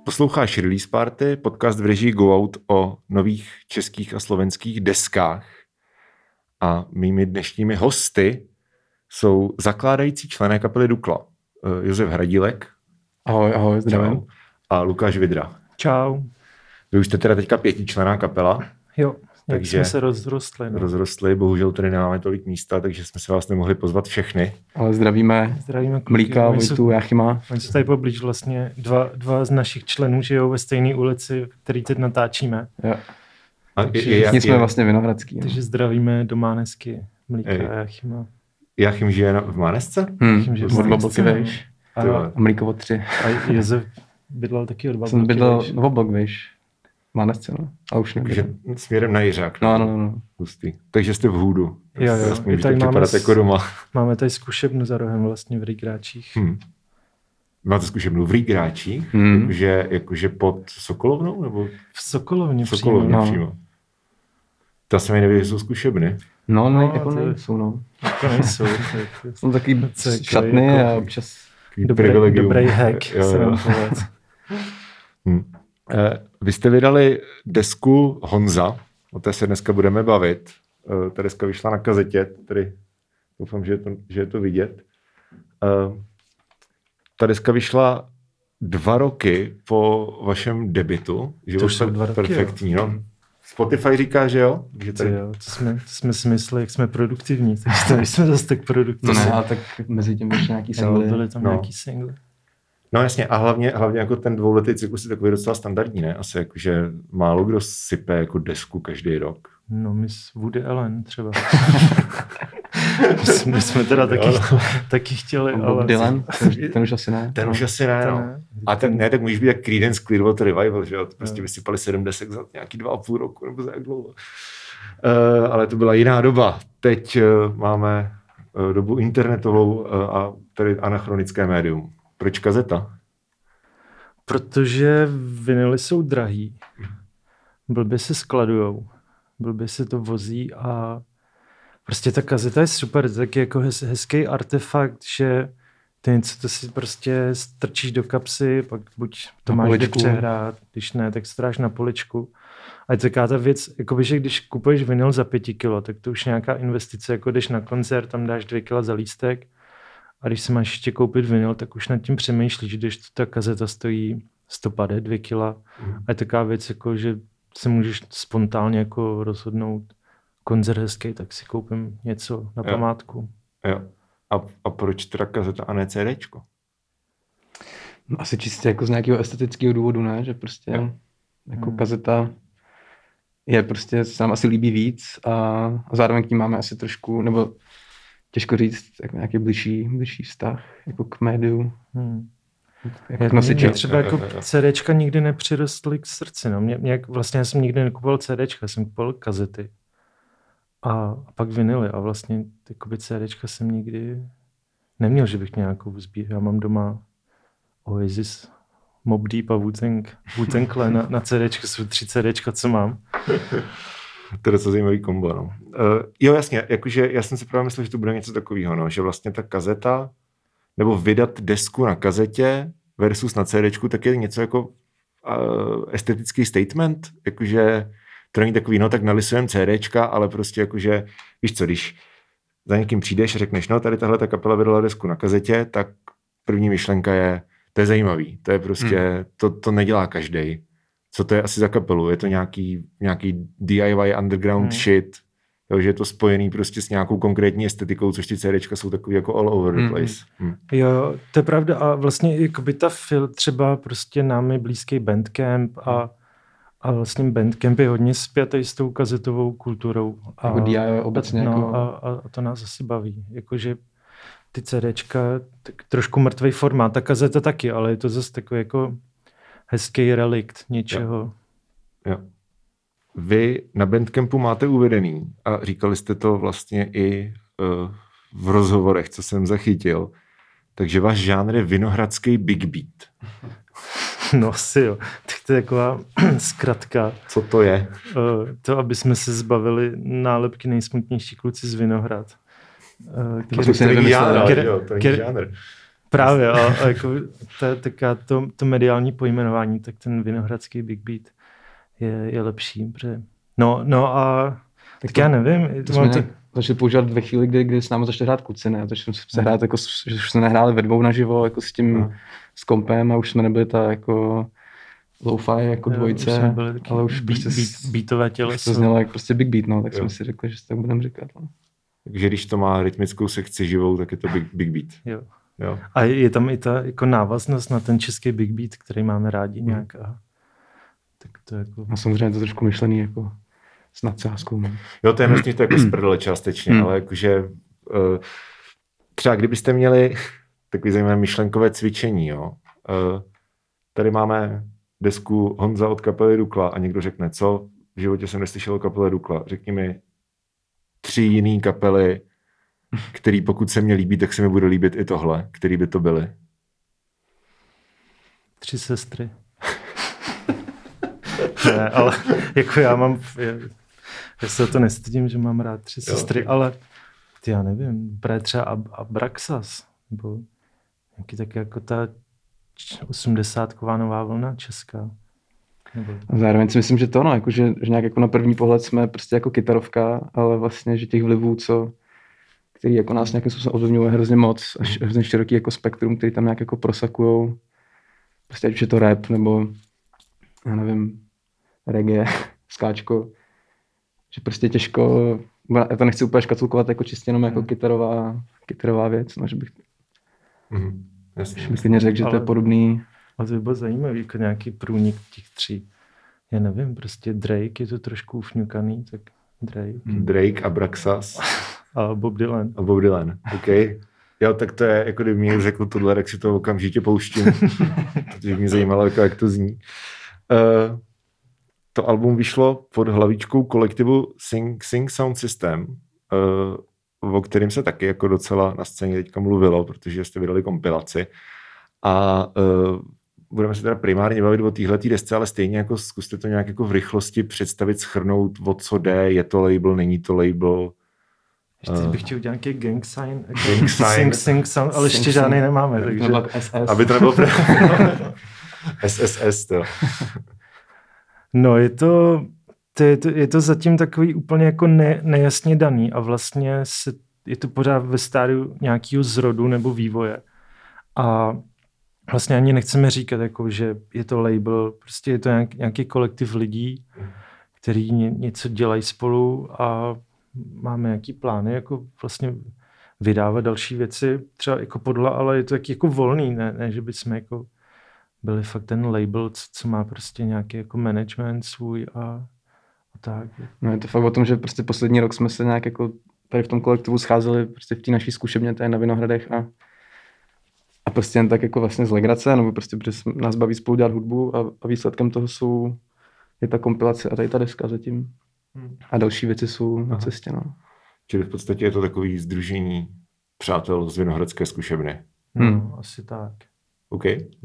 Posloucháš Release Party, podcast v režii Go Out o nových českých a slovenských deskách. A mými dnešními hosty jsou zakládající člené kapely Dukla. Josef Hradílek. Ahoj, zdravím. A Lukáš Vidra. Čau. Vy už jste teda teďka 5členná kapela. Jo, takže jsme se rozrostli. Rozrostli, bohužel tady nemáme tolik místa, takže jsme se vás nemohli pozvat všechny. Ale zdravíme Mlíka, Vojtu, Jáchyma. Oni jsou tady poblíž vlastně, dva z našich členů žijou ve stejné ulici, který teď natáčíme. Jo. Všichni jsme vlastně vinohradský. Takže zdravíme do Mánesky, Mlíka a Jáchyma. Jáchym žije v Mánesce? Jáchym žije v Mánesce. A Mlíkovo 3. A Josef bydlel taky od Babloky. Jsem bydlel v oblok, víš. Mánesce, no. A už takže směrem na Jiřák. No. Hustý. Takže jste v Hůdu. Jo. Tak máme jako doma. Máme tady zkušebnu za rohem vlastně v Rýgráčích. Máte zkušebnu v Rýgráčích? Jakože pod Sokolovnou? Nebo? V Sokolovně přímo. Ta se mi neví, že jsou zkušebny. No, jako nejsou, no. Jako nejsou. Jsou taky šatny a občas dobrý hack. Vy jste vydali desku Honza, o té se dneska budeme bavit. Ta deska vyšla na kazetě, tady doufám, že je to vidět. Ta deska vyšla 2 roky po vašem debutu. Že to už jsou 2 roky, perfektní, no. Spotify říká, že jo? Že tady... Jo, to jsme si mysleli, jak jsme produktivní, takže tady jsme zase tak produktivní. No ne, ale tak mezi tím ještě nějaký singly. Byly tam nějaký singly. No jasně, a hlavně jako ten 2letý cyklus je takový docela standardní, ne? Asi jakože málo kdo sype jako desku každý rok. No my s Woody Allen třeba. my jsme teda taky chtěli, ale... Dylan, ten už asi ne. Ten už asi ne, no. A tak můžeš být jak Creedence Clearwater Revival, že jo? Prostě vysypali 7 desek za nějaký 2,5 roku, nebo za jak dlouho. Ale to byla jiná doba. Teď máme dobu internetovou a tady anachronické médium. Proč kazeta? Protože vinily jsou drahý. Blbě se skladujou. Blbě se to vozí a prostě ta kazeta je super. Tak jako hezký artefakt, že ty něco to si prostě strčíš do kapsy, pak buď to máš kde přehrát, když ne, tak stráš na poličku. A je to taková ta věc, jakoby, že když kupuješ vinyl za 5 kilo, tak to už nějaká investice, jako když na koncert, tam dáš 2 kila za lístek. A když si máš ještě koupit vinyl, tak už nad tím přemýšlíš, když ta kazeta stojí 150, 2 kila. A je taková věc, jako, že se můžeš spontánně jako rozhodnout koncert hezký, tak si koupím něco na památku. Jo. A proč teda kazeta a ne CDčko? No, asi čistě jako z nějakého estetického důvodu, ne? Že prostě jako kazeta je prostě, se nám asi líbí víc a zároveň k ní máme asi trošku, nebo těžko říct, jako nějaký blížší vztah jako k médiu. Jako mě třeba jako CDčka nikdy nepřirostly k srdci. No. Vlastně já jsem nikdy nekupoval CDčka, jsem kupoval kazety. A pak vinily. A vlastně CDčka jsem nikdy neměl, že bych nějakou sbíral. Já mám doma Oasis, Mobb Deep a Wu-Tang Clan na CDčka. Jsou 3 CDčka, co mám. To je docela zajímavý kombo, no. Jo, jasně, jakože já jsem si právě myslel, že to bude něco takového, no, že vlastně ta kazeta, nebo vydat desku na kazetě versus na CDčku, tak je něco jako estetický statement, jakože to není takový, no tak nalisujeme CDčka, ale prostě jakože, víš co, když za někým přijdeš a řekneš, no tady tahle ta kapela vydala desku na kazetě, tak první myšlenka je, to je zajímavý, to je prostě, to nedělá každej. Co to je asi za kapelu? Je to nějaký DIY underground shit, jo, že je to spojený prostě s nějakou konkrétní estetikou, což ty CDčka jsou takový jako all over the place. Jo, to je pravda a vlastně jakoby ta třeba prostě nám je blízký Bandcamp a vlastně Bandcamp je hodně spjatý s tou kazetovou kulturou. Jako DIY obecně. No, jako... a to nás asi baví. Jakože ty CDčka, tak trošku mrtvej formát, ta kazeta taky, ale je to zase takový jako hezký relikt něčeho. Jo. Vy na Bandcampu máte uvedený a říkali jste to vlastně i v rozhovorech, co jsem zachytil, takže váš žánr je vinohradský big beat. No si jo, tak to je taková zkratka. Co to je? To, aby jsme se zbavili nálepky nejsmutnější kluci z Vinohrad. To je žánr. Právě, a jako to mediální pojmenování, tak ten vinohradský Big Beat je lepší, protože... No a tak já nevím. To jsme začali používat ve chvíli, kdy s námi začali hrát Kuci, ne? Začali jsme se hrát, jako, že už jsme nehráli ve dvou naživo, jako s tím, s kompem a už jsme nebyli ta jako lo-fi jako dvojice, ale už prostě beatové těleso. To znělo jak prostě Big Beat, no, tak jsme si řekli, že si tak budeme říkat. No. Takže když to má rytmickou sekci živou, tak je to Big Beat. Jo. A je tam i ta jako návaznost na ten český Big Beat, který máme rádi nějak. Tak to jako... A samozřejmě to trošku myšlený jako s nadsázkou. Ne? Jo, to je myslím, že to jako z prdele částečně, ale jakože třeba kdybyste měli takový zajímavé myšlenkové cvičení, jo. Tady máme desku Honza od kapely Dukla a někdo řekne, co? V životě jsem neslyšel o kapele Dukla. Řekni mi 3 jiný kapely, který pokud se mně líbí, tak se mi bude líbit i tohle. Který by to byly? 3 sestry. Ne, ale jako já se to nestydím, že mám rád 3 sestry, ale já nevím, právě třeba Abraxas, nebo nějaký tak jako ta 80ková nová vlna česká. A zároveň si myslím, že to jako, že nějak jako na první pohled jsme prostě jako kytarovka, ale vlastně, že těch vlivů, který jako nás nějakým způsobem ovlivňuje hrozně moc, až hrozně široký jako spektrum, který tam nějak jako prosakujou. Prostě ať už je to rap, nebo já nevím, reggae, skáčko, že prostě těžko, já to nechci úplně škatulkovat jako čistě jenom jako kytarová věc, no, že bych klidně řekl, že to je podobný. Ale to by bylo zajímavé, jako nějaký průnik těch 3. Já nevím, prostě Drake je to trošku ufňukaný, tak Drake. Drake, Abraxas. A Bob Dylan. OK. Jo, tak to je, jako kdyby mi řekl tohle, tak si to okamžitě pouštím, protože mě zajímalo, jak to zní. To album vyšlo pod hlavičkou kolektivu Sing Sound System, o kterém se taky jako docela na scéně teďka mluvilo, protože jste vydali kompilaci. A budeme se teda primárně bavit o téhletý desce, ale stejně jako zkuste to nějak jako v rychlosti představit, shrnout, o co jde, je to label, není to label. Ještě bych chtěl udělat nějaký gang sign. Sing sound, ale ještě žádný nemáme. Takže... Aby to nebylo SSS, to. No, je to zatím takový úplně jako nejasně daný a vlastně je to pořád ve stádiu nějakého zrodu nebo vývoje. A vlastně ani nechceme říkat, jako, že je to label, prostě je to nějaký kolektiv lidí, který něco dělají spolu a máme nějaký plány, jako vlastně vydávat další věci, třeba jako podle, ale je to taky jako volný, ne že bychom jako byli fakt ten label, co má prostě nějaký jako management svůj a tak. No je to fakt o tom, že prostě poslední rok jsme se nějak jako tady v tom kolektivu scházeli prostě v té naší zkušebně tady na Vinohradech a prostě jen tak jako vlastně z legrace, nebo prostě protože nás baví spolu dělat hudbu a výsledkem toho je ta kompilace a tady ta deska zatím. A další věci jsou na cestě. No. Čili v podstatě je to takový sdružení přátel z Vinohradské zkušebny. Asi tak. OK.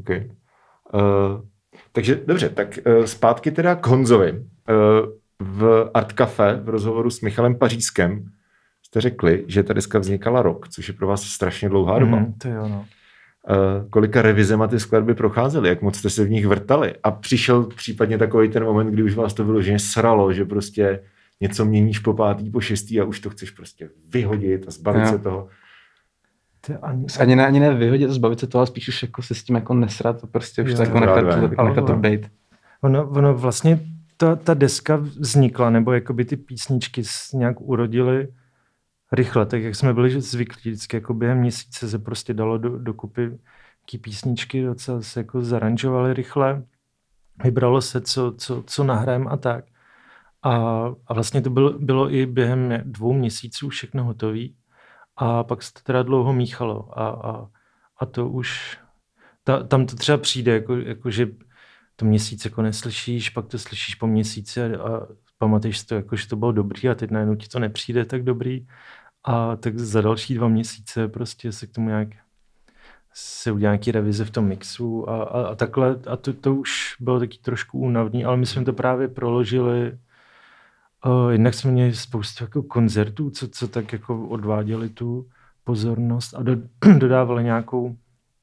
Takže dobře, tak zpátky teda k Honzovi. V Art Café v rozhovoru s Michalem Pařískem jste řekli, že ta deska vznikala rok, což je pro vás strašně dlouhá doba. To jo, no. Kolika revizema ty skladby procházely, jak moc jste se v nich vrtali a přišel případně takový ten moment, kdy už vás to vyloženě sralo, že prostě něco měníš po 5., po 6. a už to chceš prostě vyhodit a zbavit se toho. Ani ne vyhodit a zbavit se toho, ale spíš už jako se s tím jako nesrat a prostě už tak nechat to bejt. Ono vlastně ta deska vznikla, nebo jakoby ty písničky nějak urodily rychle, tak jak jsme byli zvyklí, vždycky jako během měsíce se prostě dalo dokupy taký písničky, docela se jako zaranžovaly rychle, vybralo se, co nahrajem a tak. A vlastně to bylo i během 2 měsíců všechno hotový a pak se to teda dlouho míchalo a to už, tam to třeba přijde, jako že to měsíc jako neslyšíš, pak to slyšíš po měsíci a pamatuješ to, jako, že to bylo dobrý a teď najednou ti to nepřijde tak dobrý. A tak za další 2 měsíce prostě se k tomu se udělá nějaký revize v tom mixu a takhle. A to už bylo taky trošku únavný, ale my jsme to právě proložili. Jednak jsme měli spoustu jako koncertů, co tak jako odváděli tu pozornost a dodávali nějakou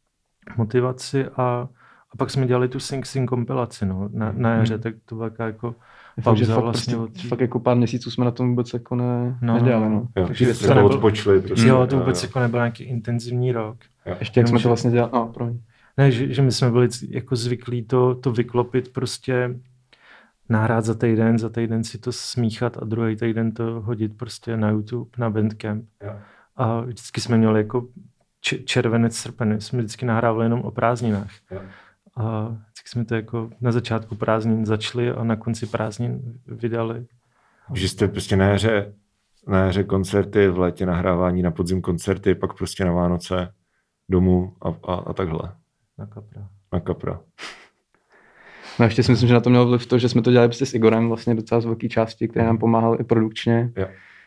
motivaci a pak jsme dělali tu Sing kompilaci, no, na jaře, tak to byla jako Takže pauza fakt, vlastně. fakt jako pár měsíců jsme na tom vůbec jako nedělali, no. Jo, Takže jste to odpočili prostě. Jo, to vůbec jako nebyl nějaký intenzivní rok. Jo. Ještě jak jsme to vlastně dělali, promiň. Ne, že my jsme byli jako zvyklí to vyklopit prostě nahrát za týden si to smíchat a druhý týden to hodit prostě na YouTube, na Bandcamp. Jo. A vždycky jsme měli jako červenec, srpen, jsme vždycky nahrávali jenom o prázdninách. Jo. A vždycky jsme to jako na začátku prázdnin začali a na konci prázdnin vydali. Že jste prostě na jaře koncerty, v létě nahrávání, na podzim koncerty, pak prostě na Vánoce domů a takhle. Na kapra. No ještě si myslím, že na to mělo vliv to, že jsme to dělali prostě s Igorem vlastně docela z velké části, který nám pomáhal i produkčně. Jo.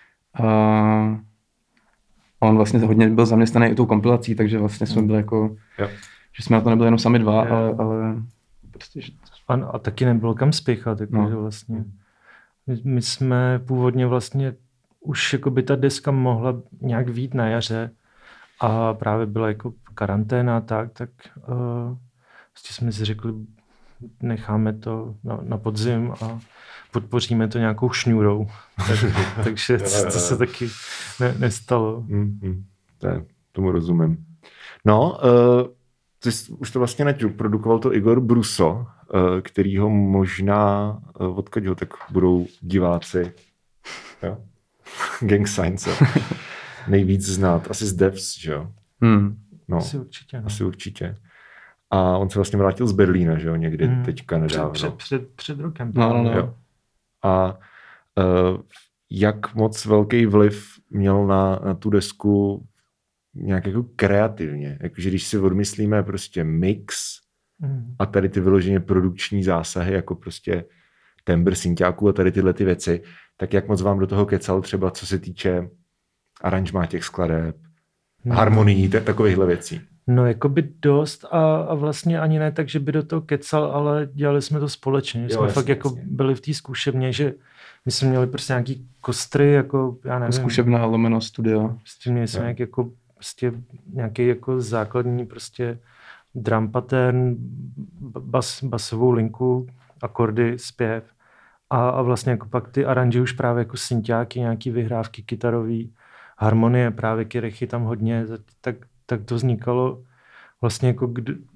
A on vlastně hodně byl zaměstnaný i tou kompilací, takže vlastně jsme byli jako, že jsme na to nebyli jenom sami dva, ale prostě... Že... A taky nebylo kam spěchat, jako, že vlastně. My jsme původně vlastně už jako by ta deska mohla nějak vyjít na jaře a právě byla jako karanténa tak vlastně jsme si řekli, necháme to na podzim a podpoříme to nějakou šňůrou. Takže to se taky nestalo. Tomu rozumím. No, ty už to vlastně produkoval to Igor Bruso, kterýho možná, odkud ho tak budou diváci, jo? Gang Science, nejvíc znát. Asi z Devs, že jo? No, asi určitě. A on se vlastně vrátil z Berlína, že jo, někdy teďka nedávno. Před rokem. Jo. A jak moc velký vliv měl na tu desku nějak jako kreativně? Jakože když si odmyslíme prostě mix a tady ty vyloženě produkční zásahy, jako prostě tembr synťáků a tady tyhle ty věci, tak jak moc vám do toho kecal třeba co se týče aranžmá těch skladeb, harmonií, takovýchhle věcí? No jako by dost a vlastně ani ne tak, že by do toho kecal, ale dělali jsme to společně. Jsme fakt jako byli v té zkušebně, že my jsme měli prostě nějaký kostry, jako já nevím. Zkušebná lomeno studio. Prostě měli jsme nějaký jako základní prostě drum pattern, basovou linku, akordy, zpěv a vlastně jako pak ty aranži už právě jako synťáky, nějaký vyhrávky kytarový, harmonie, právě kyrechy tam hodně, tak to vznikalo vlastně jako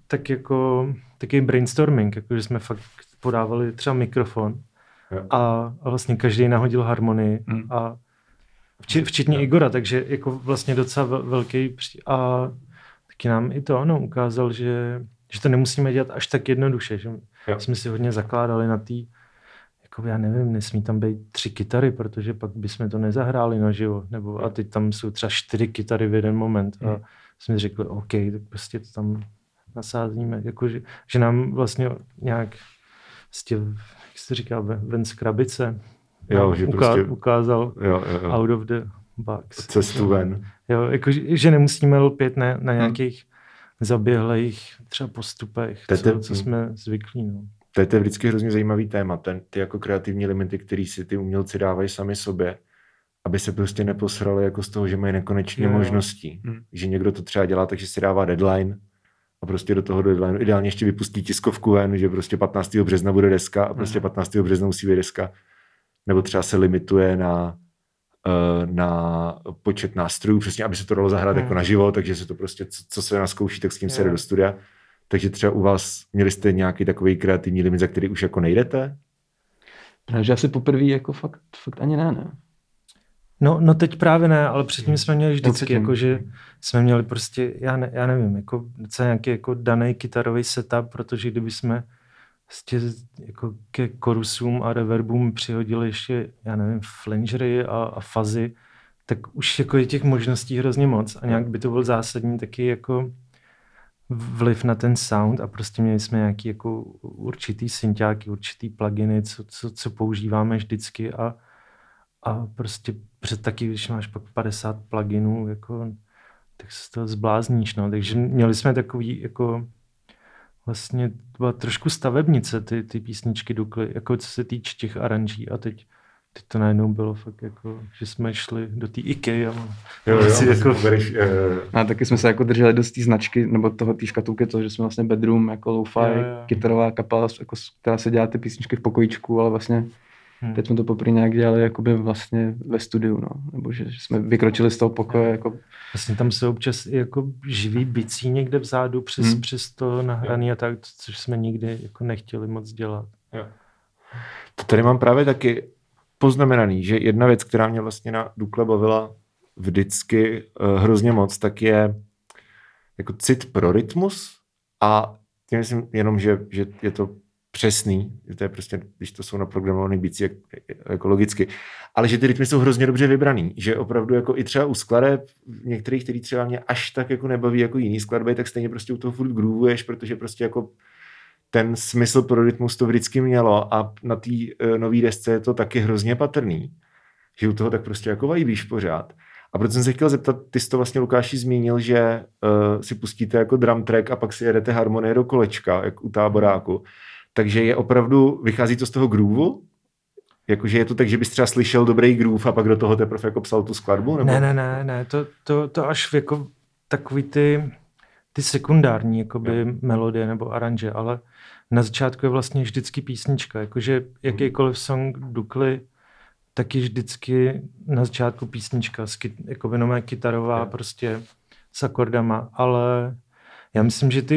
takový brainstorming, jako že jsme fakt podávali třeba mikrofon a vlastně každý nahodil harmonii a včetně Igora, takže jako vlastně docela velký a taky nám i to ukázal, že to nemusíme dělat až tak jednoduše, že jsme si hodně zakládali na té, jako já nevím, nesmí tam být 3 kytary, protože pak bychom to nezahráli naživo, nebo a teď tam jsou třeba 4 kytary v jeden moment a jsme řekli, OK, tak prostě to tam nasázíme, jako že nám vlastně nějak jak se říká, ven z krabice že ukázal out of the box. Cestu ven. Jo, jako, že nemusíme lpět na nějakých zaběhlých třeba postupech, co jsme zvyklí. No. To je vždycky hrozně zajímavý téma, ty jako kreativní limity, který si ty umělci dávají sami sobě, aby se prostě neposrali jako z toho, že mají nekonečně možností. Že někdo to třeba dělá, takže si dává deadline a prostě do toho deadlineu ideálně ještě vypustí tiskovku ven, že prostě 15. března bude deska a prostě 15. března musí být deska. Nebo třeba se limituje na počet nástrojů, přesně, aby se to dalo zahrát jako naživo, takže se to prostě, co se naskouší, tak s tím se jde do studia. Takže třeba u vás měli jste nějaký takový kreativní limit, za který už jako nejdete? Takže asi poprvé jako fakt ani ne. No teď právě ne, ale předtím jsme měli vždycky, jako, že jsme měli prostě, já nevím, jako docela nějaký jako daný kytarový setup, protože kdyby jsme jako ke chorusům a reverbům přihodili ještě, já nevím, flangery a fazy, tak už jako je těch možností hrozně moc a nějak by to byl zásadní taky jako vliv na ten sound a prostě měli jsme nějaký jako určitý synťáky, určitý pluginy, co používáme vždycky a prostě taky, když máš pak 50 pluginů, jako, tak se to zblázníš, no. Takže měli jsme takový jako vlastně to byla trošku stavebnice ty písničky dukly, jako co se týče těch aranží a teď teď to najednou bylo fakt jako, že jsme šli do té IKEA. A taky jsme se jako drželi do té značky, nebo toho té škatulky, to, že jsme vlastně bedroom, jako lo-fi, kytarová kapela, jako, která se dělá ty písničky v pokojíčku, ale vlastně teď jsme to poprvé nějak dělali jakoby vlastně ve studiu, no. Nebo že jsme vykročili z toho pokoje. Jako... Vlastně tam se občas i jako živý bicí někde vzadu přes to nahraný a tak, což jsme nikdy jako nechtěli moc dělat. Jo. To tady mám právě taky poznamenaný, že jedna věc, která mě vlastně na Dukle bavila vždycky hrozně moc, tak je jako cit pro rytmus a tím myslím jenom, že je to přesný, že to je prostě, když to jsou naprogramovaný bicí jako logicky, ale že ty rytmy jsou hrozně dobře vybraný, že opravdu jako i třeba u skladeb, některých, který třeba mě až tak jako nebaví jako jiný skladby, tak stejně prostě u toho furt groovuješ, protože prostě jako ten smysl pro rytmus to vždycky mělo a na té nový desce je to taky hrozně patrný, že u toho tak prostě jako vibíš pořád. A proto jsem se chtěl zeptat, ty jsi to vlastně, Lukáši, zmínil, že si pustíte jako drum track a pak si jedete harmonie do kolečka, jak u Táboráku. Takže je opravdu, vychází to z toho grooveu? Jakože je to tak, že bys třeba slyšel dobrý groove a pak do toho teprve jako psal tu skladbu? Nebo? Ne, to až v jako takový ty sekundární jakoby melodie nebo aranže, ale na začátku je vlastně vždycky písnička, jakože jakýkoliv song Dukly, tak je vždycky na začátku písnička, jakoby nomé kytarová prostě s akordama, ale já myslím, že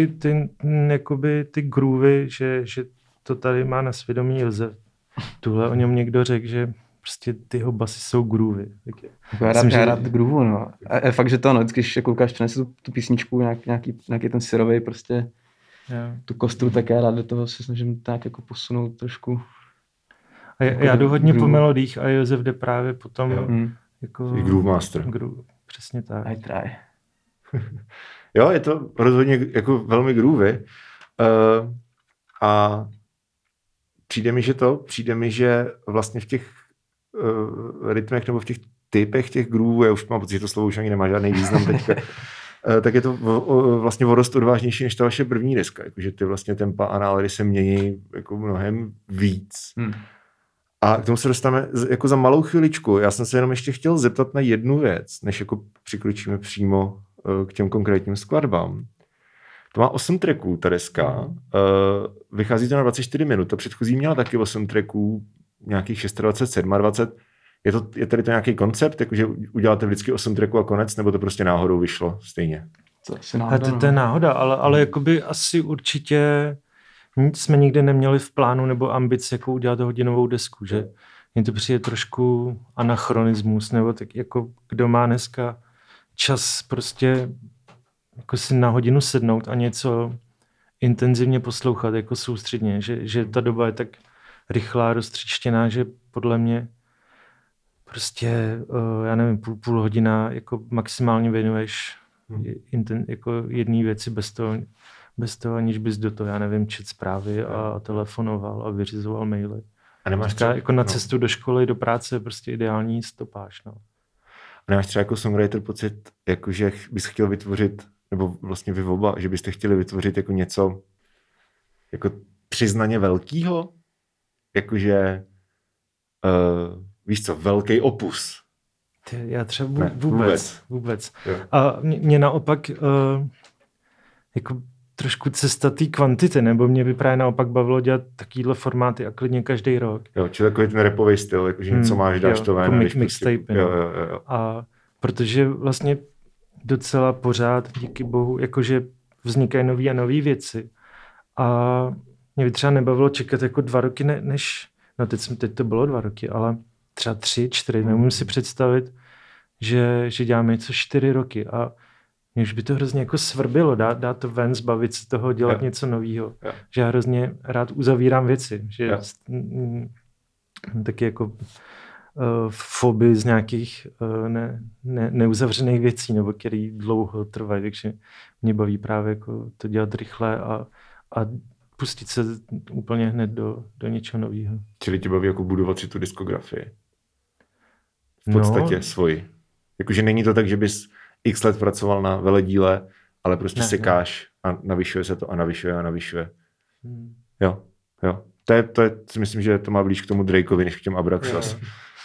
ty groovy, že to tady má na svědomí Josef. Tuhle o něm někdo řekl, že prostě tyho basy jsou groovy. Já rád groovu, no. A je fakt, že to, no, když jako Lukáš přinese tu písničku, nějaký ten syrovej prostě, tu kostru, tak já rád do toho se snažím tak jako posunout trošku. A já jdu hodně po melodích a Josef jde právě potom jako... Groove master. Přesně tak. I try. Jo, je to rozhodně jako velmi groovy. A přijde mi, že vlastně v těch rytmech nebo v těch typech těch groovů, já už mám pocit, že to slovo už ani nemá žádný význam teďka, tak je to vlastně o dost odvážnější než ta vaše první deska. Jakože ty vlastně tempa a nálady se mění jako mnohem víc. A k tomu se dostáváme jako za malou chviličku. Já jsem se jenom ještě chtěl zeptat na jednu věc, než jako přikročíme přímo k těm konkrétním skladbám. To má 8 tracků, ta deska. Vychází to na 24 minut. Ta předchozí měla taky 8 tracků, nějakých 26, 27. Je tady to nějaký koncept, jakože uděláte vždycky 8 tracků a konec, nebo to prostě náhodou vyšlo stejně? To je náhoda, ale jakoby asi určitě nic jsme nikdy neměli v plánu nebo ambici jako udělat hodinovou desku, že? Mně to přijde trošku anachronismus, nebo tak jako kdo má dneska čas prostě jako si na hodinu sednout a něco intenzivně poslouchat, jako soustředně, že ta doba je tak rychlá, roztříštěná, že podle mě prostě, já nevím, půl hodina jako maximálně věnuješ jako jedné věci bez toho, aniž bys do toho, já nevím, čet zprávy a telefonoval a vyřizoval maily. A nemáš třeba, jako na cestu do školy, do práce je prostě ideální stopáž. No. A nemáš třeba jako songwriter pocit, jako že bys chtěl vytvořit, nebo vlastně vy oba, že byste chtěli vytvořit jako něco jako přiznaně velkýho? Jakože víš co, velký opus. Já třeba vůbec. A mě naopak jako trošku cesta té kvantity, nebo mě by právě naopak bavilo dělat takovýhle formáty a klidně každý rok. Jo, čili takový ten rapový styl, jakože něco máš, dáš to ven. Jako mixtape. Jo. A protože vlastně docela pořád, díky bohu, jakože vznikají nový a nový věci. A mě by třeba nebavilo čekat jako 2 roky, než, no teď to bylo 2 roky, ale třeba 3, 4, nemůžu si představit, že děláme něco 4 roky a mě už by to hrozně jako svrbilo, dát to ven, zbavit se toho, dělat něco nového. Že já hrozně rád uzavírám věci, že taky jako fobii z nějakých neuzavřených věcí, nebo který dlouho trvají, takže mě baví právě jako to dělat rychle a pustit se úplně hned do něčeho nového. Čili tě baví jako budovat si tu diskografii? V podstatě svoji. Jakože není to tak, že bys x let pracoval na veledíle, ale prostě sekáš a navyšuje se to a navyšuje. Jo. To je, si myslím, že to má blíž k tomu Drakeovi, než k těm Abraxas.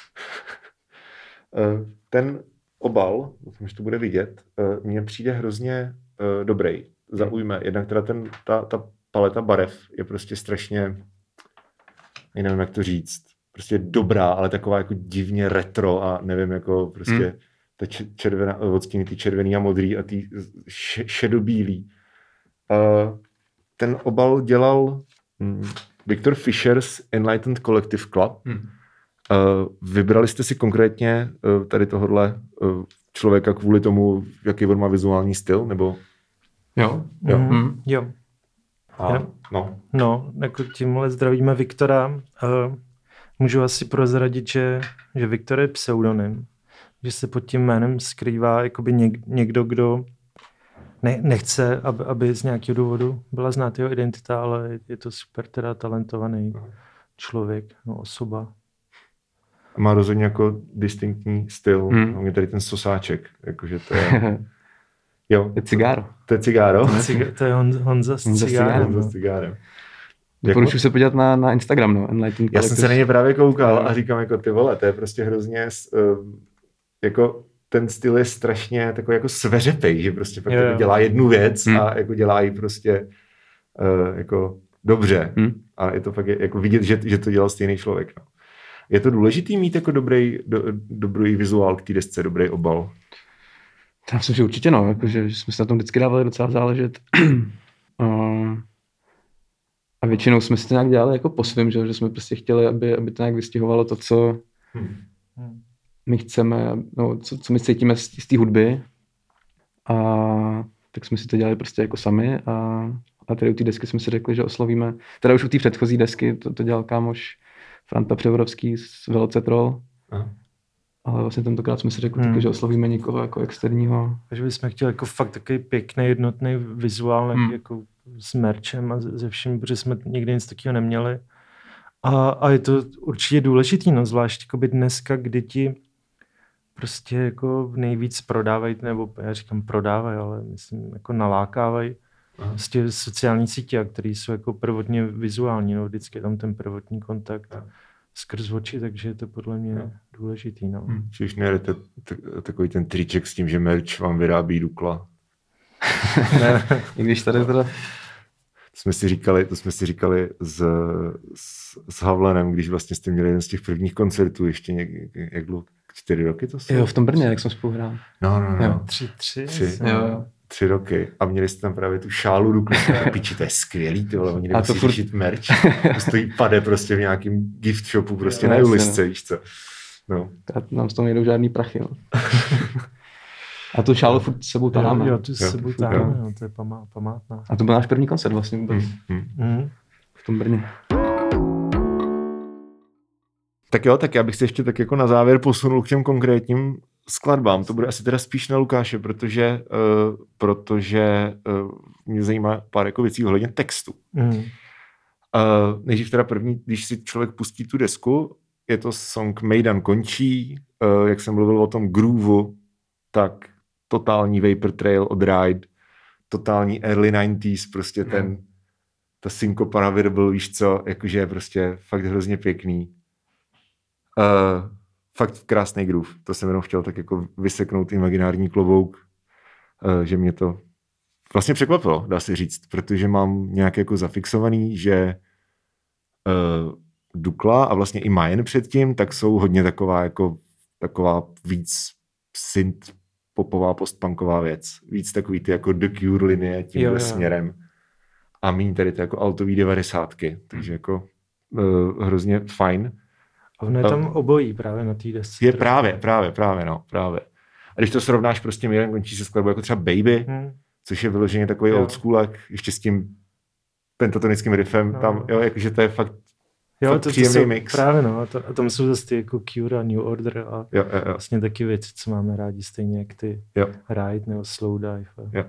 Ten obal, doufám, že to bude vidět, mně přijde hrozně dobrý. Zaujme. Jednak teda ta paleta barev je prostě strašně, nevím, jak to říct, prostě dobrá, ale taková jako divně retro a nevím, jako prostě ta červená, odstíny, ty červený a modrý a ty šedobílý. Ten obal dělal Victor Fisher's Enlightened Collective Club. Vybrali jste si konkrétně tady tohohle člověka kvůli tomu, jaký on má vizuální styl, nebo? Jo. Jo. No, jako tímhle zdravíme Viktora. Můžu asi prozradit, že Viktor je pseudonym, že se pod tím jménem skrývá jakoby někdo, kdo nechce, aby z nějakého důvodu byla znát jeho identita, ale je to super teda talentovaný člověk, osoba. Má rozhodně jako distinktní styl. Mě tady ten sosáček, jakože to je... Jo. Je cigáro. To je cigáro? To je Honza s cigárem. Doporučuji se podívat na Instagram, Enlightened. Já jsem se na ně právě koukal a říkám jako ty vole, to je prostě hrozně jako ten styl je strašně takový jako sveřepej, že prostě fakt jako dělá jednu věc a jako dělá ji prostě jako dobře. A je to fakt jako vidět, že to dělal stejný člověk. No. Je to důležitý mít jako dobrý vizuál k té desce, dobrý obal? Já myslím, že určitě jakože, že jsme se na tom vždycky dávali docela záležet. A většinou jsme si to nějak dělali jako po svým, že jsme prostě chtěli, aby to nějak vystihovalo to, co my chceme, co my cítíme z té hudby. A tak jsme si to dělali prostě jako sami a tady u té desky jsme si řekli, že oslovíme, teda už u té předchozí desky to dělal kámoš Franta Převorovský z Velocetral. Ale vlastně tentokrát jsme si řekli, že oslovíme někoho jako externího. Takže bychom chtěli jako fakt takový pěkný, jednotný vizuál, jako s merčem a ze vším, protože jsme nikdy nic takového neměli. A je to určitě důležitý, zvlášť jako by dneska, kdy ti prostě jako nejvíc prodávají, nebo já říkám prodávají, ale myslím jako nalákávají prostě sociální sítě, které jsou jako prvotně vizuální, vždycky je tam ten prvotní kontakt skrz oči, takže je to podle mě důležitý. Či už nejedete takový ten triček s tím, že merch vám vyrábí Dukla. Ne, i když tady teda... To jsme si říkali s Havlenem, když vlastně jste měli jeden z těch prvních koncertů, ještě jak dlouho, 4 roky to jsou? Jo, v tom Brně, jak jsme spolu hráli. No. 3. 3 roky. A měli jste tam právě tu šálu Duklu. Piči, to je skvělý, ty vole, oni nemusí řešit merch. To stojí pade prostě v nějakém gift shopu, prostě na Julisce, víš co. No. Nám z toho nejdou žádný prachy, A tu šálu furt s sebou taháme. Jo, tu s sebou taháme, to je památná. A to byl náš první koncert vlastně vůbec. V tom Brně. Tak jo, tak já bych se ještě tak jako na závěr posunul k těm konkrétním skladbám. To bude asi teda spíš na Lukáše, protože mě zajímá pár jako věcí ohledně textu. Nejdřív teda první, když si člověk pustí tu desku, je to song Mejdan končí, jak jsem mluvil o tom grooveu, tak totální Vapor Trail od Ride, totální early 90s, prostě ta synkopa na Wirbel, víš co, jakože je prostě fakt hrozně pěkný. Fakt krásný groove. To jsem jenom chtěl tak jako vyseknout imaginární klobouk, že mě to vlastně překvapilo, dá se říct, protože mám nějak jako zafixovaný, že Dukla a vlastně i Majen předtím, tak jsou hodně taková víc synth popová postpunková věc. Víc takový ty jako The Cure linie tímhle směrem. A míň tady ty jako altový 90ky. Takže jako hrozně fajn. A ono je tam obojí právě na té desce. Je právě. A když to srovnáš prostě Mejdan končí se skladbou jako třeba Baby, což je vyloženě takový old schoolak, ještě s tím pentatonickým riffem, tam, jakože to je fakt příjemný mix. Právě a tam jsou zase ty jako Cure a New Order a vlastně taky věci, co máme rádi, stejně jak ty Ride nebo Slow Dive.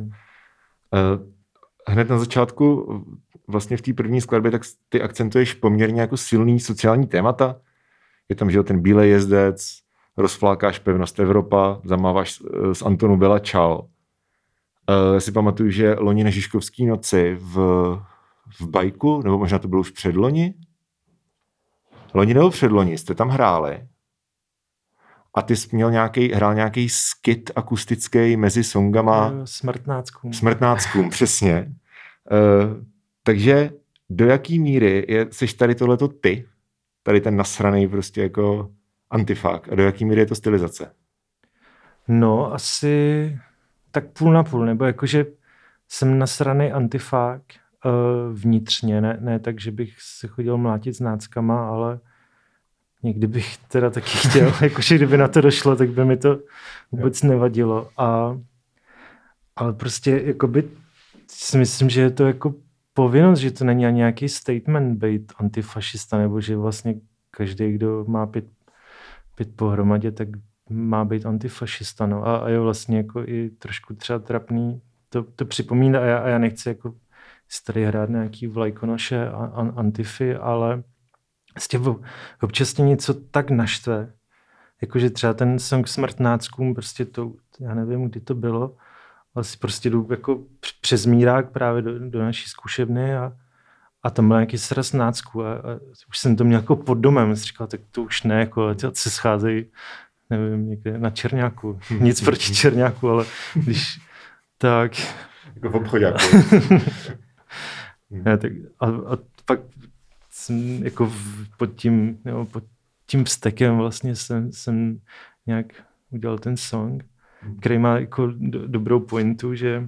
Hned na začátku, vlastně v té první skladbě, tak ty akcentuješ poměrně jako silný sociální témata. Je tam, že ten bílej jezdec, rozflákáš pevnost Evropa, zamáváš z Antonu Bela čau. Já si pamatuju, že loni na Žižkovský noci v v bajku, nebo možná to bylo už předloni. Loni nebo předloni jste tam hráli a ty jsi hrál nějaký skit akustický mezi songama. Smrtnáckům, přesně. Takže do jaký míry seš tady tohleto ty, tady ten nasranej prostě jako antifák, a do jaký míry je to stylizace? No, asi tak půl na půl, nebo jakože jsem nasranej antifák vnitřně, ne tak, že bych se chodil mlátit s náckama, ale někdy bych teda taky chtěl, jakože kdyby na to došlo, tak by mi to vůbec nevadilo. Ale prostě jakoby si myslím, že je to jako povinnost, že to není ani nějaký statement být antifašista, nebo že vlastně každý, kdo má pět pohromadě, tak má být antifašista. No. A je vlastně jako i trošku třeba trapný to připomíná, a já nechci jako tady hrát nějaký vlajkonoše antify, ale občas mě něco tak naštve, jakože třeba ten song Smrtnáckům, prostě to, já nevím, kdy to bylo, ale si prostě jdu jako přes mírák právě do naší zkušebny a tam byl nějaký sraz nácků a už jsem to měl jako pod domem, jsem říkal, tak to už ne, jako se scházejí, nevím, někde na Čerňáku, nic proti Čerňáku, ale když tak... Jako v obchodáku. Ne, tak a pak jsem jako pod tím vztekem vlastně jsem nějak udělal ten song, který má jako dobrou pointu, že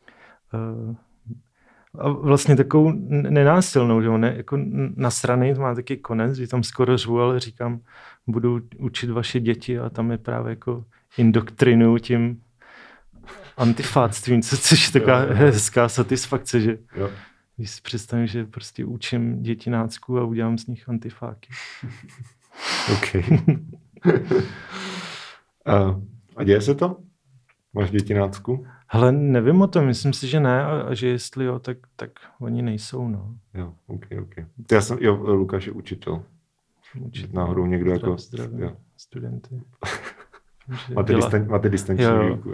a vlastně takovou nenásilnou, že on je jako nasraný, to má taky konec, že tam skoro řvu, ale říkám, budu učit vaše děti a tam je právě jako indoktrinuju tím antifáctvím, což je taková hezká satisfakce, že když si představím, že prostě učím děti nácků a udělám z nich antifáky. OK. A děje se to? Máš děti nácku? Hele, nevím o tom, myslím si, že ne, a že jestli jo, tak oni nejsou, no. Jo, OK. Lukáš je učitel. Náhodou někdo jako... Zdravím studenty. Máte distanční výuku.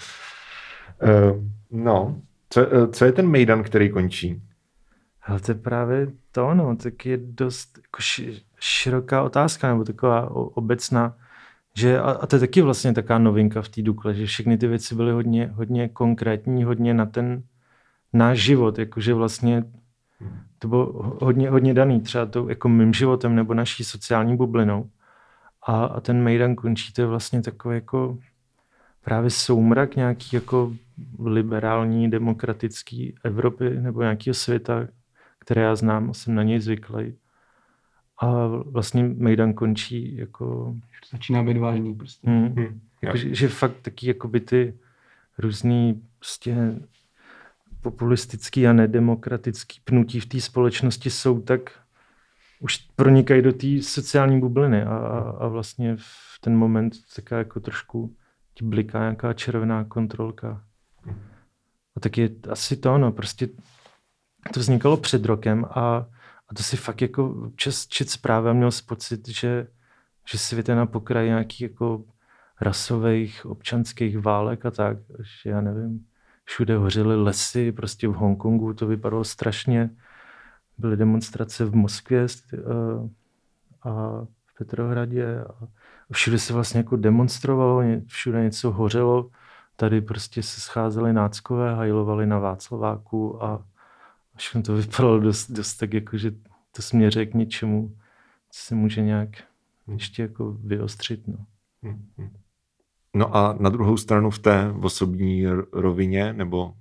No, co je ten mejdan, který končí? Hele, to je právě to, no, tak je dost jako široká otázka, nebo taková obecná, že, a to je taky vlastně taková novinka v té Dukle, že všechny ty věci byly hodně konkrétní, hodně na ten náš život, jakože vlastně to bylo hodně daný, třeba to jako mým životem nebo naší sociální bublinou. A ten mejdan končí, to je vlastně takový jako právě soumrak nějaký jako liberální, demokratický Evropy nebo nějakého světa, které já znám a jsem na něj zvyklý. A vlastně mejdan končí jako... Začíná být vážný prostě. Jako, že fakt taky jakoby ty různý prostě populistický a nedemokratický pnutí v té společnosti jsou tak už pronikají do té sociální bubliny a vlastně v ten moment taká jako trošku ti bliká nějaká červená kontrolka. A tak je asi to, no, prostě to vznikalo před rokem a to si fakt jako občas čet zprávy a měl pocit, že svět je na pokraji nějakých jako rasových, občanských válek a tak, že já nevím, všude hořely lesy, prostě v Hongkongu to vypadalo strašně, byly demonstrace v Moskvě a v Petrohradě a všude se vlastně jako demonstrovalo, všude něco hořelo, tady prostě se scházeli náckové, hajlovali na Václaváku a všechno to vypadalo dost tak jako, že to směřuje k něčemu, co se může nějak ještě jako vyostřit. No. No a na druhou stranu v té osobní rovině, nebo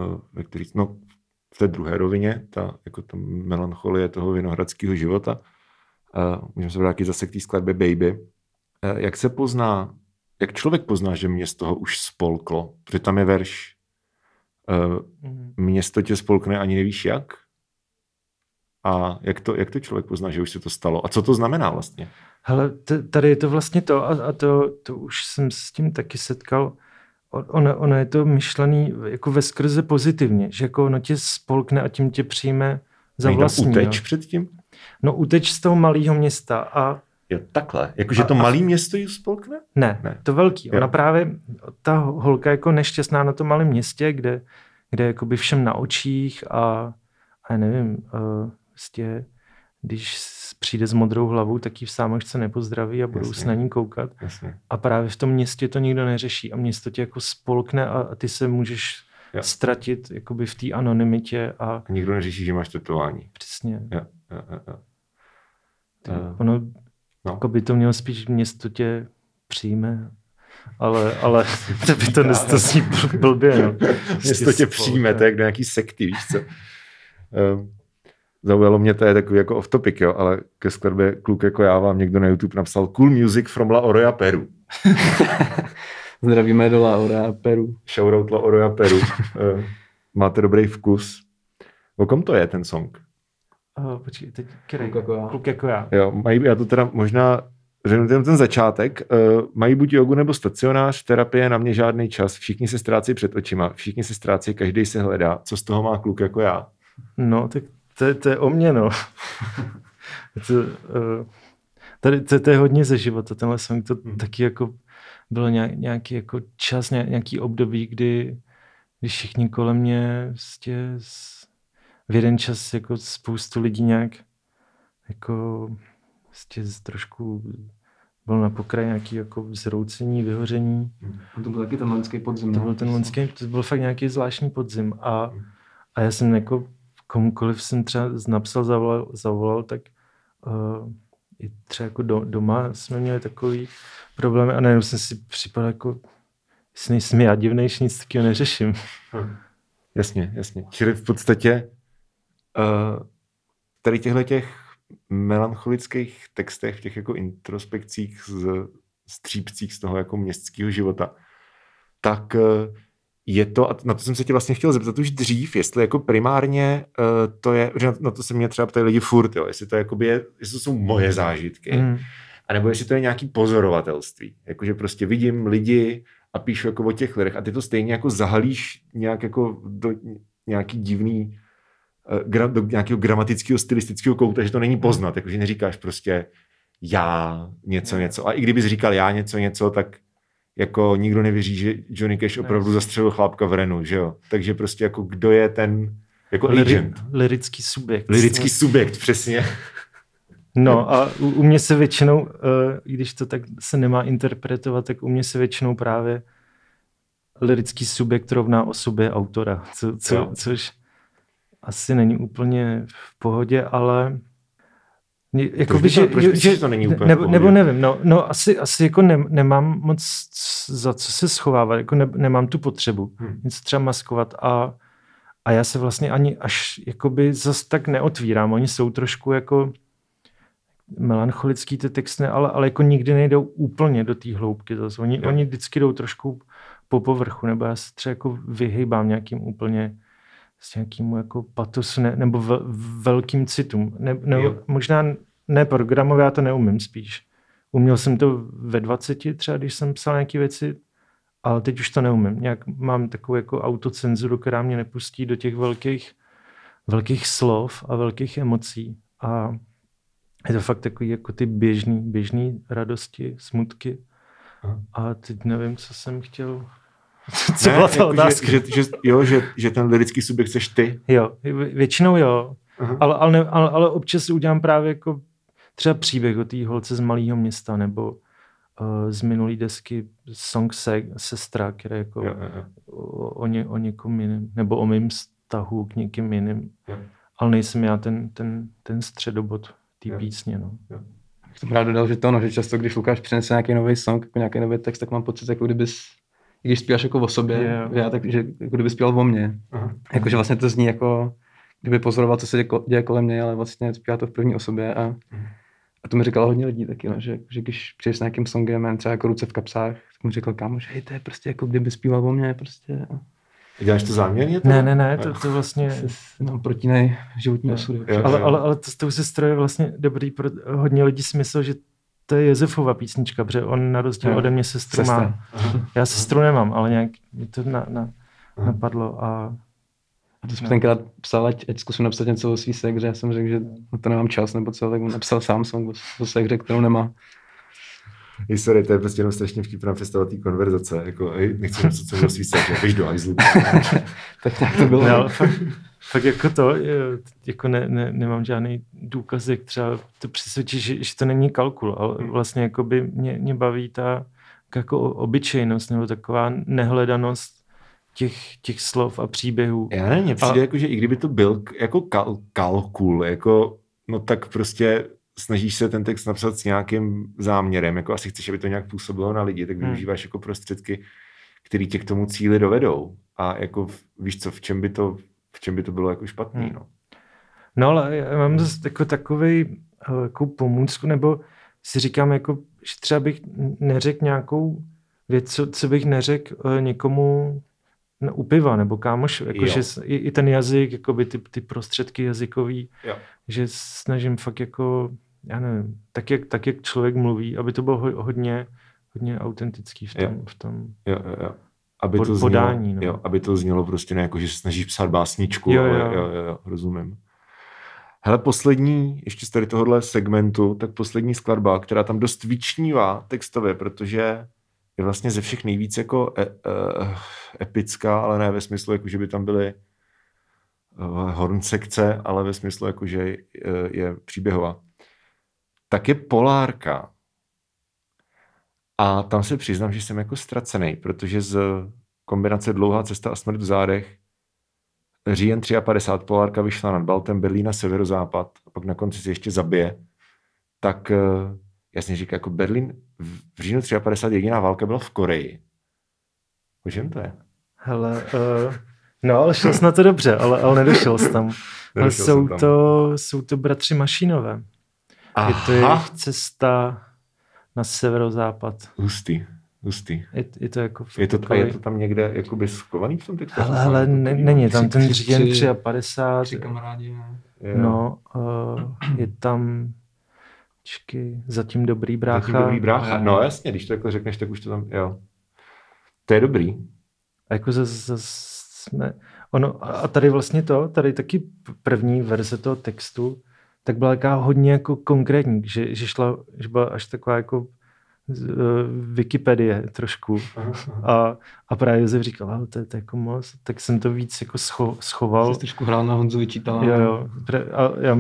v té druhé rovině, ta melancholie toho vinohradského života, můžeme se vrátit zase k té skladbě Baby. Jak člověk pozná, že mě z toho už spolklo? Protože tam je verš město tě spolkne, ani nevíš jak? A jak to člověk pozná, že už se to stalo? A co to znamená vlastně? Hele, tady je to vlastně to a to už jsem s tím taky setkal. Ono je to myšlený jako veskrze pozitivně, že jako ono tě spolkne a tím tě přijme za vlastní. Uteč předtím? No uteč z toho malého města a... Jo, takhle. Jakože to malé město ji spolkne? Ne, to velký. Jo. Ona právě, ta holka jako nešťastná na tom malém městě, kde jakoby všem na očích a já nevím, prostě když přijde s modrou hlavou, tak ji v sámošce nepozdraví a budou se na ní koukat. Jasně. A právě v tom městě to nikdo neřeší a město tě jako spolkne a ty se můžeš ztratit jakoby v té anonymitě. A nikdo neřeší, že máš tetování. Přesně. Jo. Ono jako by to mělo spíš město tě přijme, ale to by to zní blbě. No. Město tě přijme, to je jak do nějaký sekty, víš co. Zaujalo mě, to je takový jako off topic, jo, ale ke skladbě Kluk jako já vám někdo na YouTube napsal Cool music from La Oroya Peru. Zdravíme do La Oroya Peru. Shoutout La Oroya Peru. Máte dobrý vkus. O kom to je ten song? Počkej, teď Kluk jako já. Jo, já to teda možná řeknu ten začátek. Mají buď jogu nebo stacionář, terapie na mě žádný čas, všichni se ztrácí před očima, všichni se ztrácí, každý se hledá. Co z toho má kluk jako já? No, tak to je o mně, no. To je hodně ze života, tenhle song, to taky jako bylo nějaký jako čas, nějaký období, kdy všichni kolem mě vlastně v jeden čas jako spoustu lidí nějak jako vlastně trošku byl na pokraji nějaký jako zroucení, vyhoření. To byl taky ten loňský podzim. To byl fakt nějaký zvláštní podzim a já jsem jako komukoliv jsem třeba napsal, zavolal, tak i třeba jako doma jsme měli takový problémy a najednou jsem si připadal jako, jestli nejsem já divnejší, nic takového neřeším. Jasně. Čili v podstatě tady těch melancholických textech, v těch jako introspekcích, střípcích z toho jako městského života, tak je to, a na to jsem se tě vlastně chtěl zeptat už dřív, jestli jako primárně to je, že na to se mě třeba ptají lidi furt, jo, jestli to jakoby je, jestli to jsou moje zážitky, anebo jestli to je nějaký pozorovatelství, jakože prostě vidím lidi a píšu jako o těch lidech a ty to stejně jako zahalíš nějak jako do nějaký divný, do nějakého gramatického, stylistického kouta, že to není poznat, jakože neříkáš prostě já něco a i kdybys říkal já něco, tak jako nikdo nevěří, že Johnny Cash opravdu zastřelil chlápka v Renu, že jo? Takže prostě jako kdo je ten jako agent? Lirický subjekt. Lirický subjekt, přesně. No a u mě se většinou, když to tak se nemá interpretovat, tak u mě se většinou právě lirický subjekt rovná osobě autora, což asi není úplně v pohodě, ale jako že to není úplně nebo nevím, no asi jako nemám moc za co se schovávat, jako nemám tu potřebu něco třeba maskovat a já se vlastně ani až jakoby zas tak neotvírám, oni jsou trošku jako melancholický ty texty, ale jako nikdy nejdou úplně do té hloubky zase, oni vždycky jdou trošku po povrchu, nebo já se třeba jako vyhejbám nějakým úplně s nějakým jako patosu nebo velkým citům. Možná ne programově, já to neumím spíš. Uměl jsem to ve 20 třeba, když jsem psal nějaké věci, ale teď už to neumím. Nějak mám takovou jako autocenzuru, která mě nepustí do těch velkých slov a velkých emocí. A je to fakt takový jako ty běžný radosti, smutky. A teď nevím, co jsem chtěl... Co byla ta otázka? Že ten lirický subjekt seš ty? Jo, většinou jo. Ale občas udělám právě jako třeba příběh o té holce z malého města, nebo z minulý desky Song Sestra, které jako o někom jiným, nebo o mým vztahu k někým jiným. Ale nejsem já ten středobod té písně. No. Já jsem rád dodal, že často, když Lukáš přinese nějaký nový song, jako nějaký nový text, tak mám pocit, jako když zpíváš jako o sobě, já takže jako kdyby zpíval o mně. Jakože vlastně to zní jako, kdyby pozoroval, co se děje kolem mě, ale vlastně zpívá to v první osobě a to mi říkalo hodně lidí taky, no, že když přijdeš s nějakým songem, třeba jako Ruce v kapsách, tak mi říkal kámoš, hej, to je prostě jako kdyby zpíval o mně, prostě. Děláš to záměrně? Ne, to vlastně... Mám protínej životní osudy. Ale to se stroje vlastně dobrý pro hodně lidí smysl, že to je Josefova písnička, protože on na rozdíl ode mě sestru má. Já sestru nemám, ale nějak mi to napadlo a to jsem tenkrát psal, ať zkusím napsat něco o svý segře, já jsem řekl, že na to nemám čas nebo co, tak on napsal sám song o segře, kterou nemá. Sorry, to je prostě jenom strašně vtipná představa té konverzace, jako nechci něco, co bylo svý segře, běž do hajzlu. Tak nějak to bylo. No, fakt jako to, jako nemám žádný důkazek, třeba to přesvědčí, že to není kalkul, ale vlastně jako by mě baví ta jako obyčejnost nebo taková nehledanost těch slov a příběhů. Já nevím, mně přijde, jako, že i kdyby to byl jako kalkul, jako, no tak prostě snažíš se ten text napsat s nějakým záměrem, jako asi chceš, aby to nějak působilo na lidi, tak využíváš jako prostředky, které tě k tomu cíli dovedou. A jako víš co, v čem by to bylo jako špatný, no. No ale já mám zase jako takovej jako pomůcku, nebo si říkám, jako, že třeba bych neřekl nějakou věc, co bych neřekl někomu u piva, nebo kámoš, jako, že i ten jazyk, jakoby ty prostředky jazykový, že snažím fakt jako, já nevím, tak jak člověk mluví, aby to bylo hodně autentický v tom aby to podání. Znělo, no. jo, aby to znělo prostě ne jako, že se snažíš psát básničku, jo. Jo, rozumím. Hele, poslední, ještě z tady tohohle segmentu, tak poslední skladba, která tam dost vyčnívá textově, protože je vlastně ze všech nejvíc jako epická, ale ne ve smyslu, jako, že by tam byly horn sekce, ale ve smyslu, jako, že je příběhová. Tak je Polárka. A tam se přiznám, že jsem jako ztracený, protože z kombinace Dlouhá cesta a Smrt v zádech říjen 53 Polárka vyšla nad Baltem, Berlín na severozápad a pak na konci se ještě zabije. Tak jasně říká, jako Berlín v říjnu 53 jediná válka byla v Koreji. O čem to je? Hele, no ale šel jsi na to dobře, ale nedošel jsi tam. Jsou to bratři Mašínové. Aha. Je to jejich cesta na severozápad. Hustý. Je to jako... Je to tam někde jakoby schovaný v tom textu? Ale není, tam ten říjen 53. Tři kamarádi. No, je tam... Zatím dobrý brácha. No jasně, když to jako řekneš, tak už to tam... Jo. To je dobrý. A jako jsme... A tady vlastně tady taky první verze toho textu, tak byla taká hodně jako konkrétní, že byla až taková jako Wikipedie trošku. A právě Josef říkal, to je jako moc, tak jsem to víc jako schoval. Jsi trošku hrál na Honzu Vyčítala. Jo. A já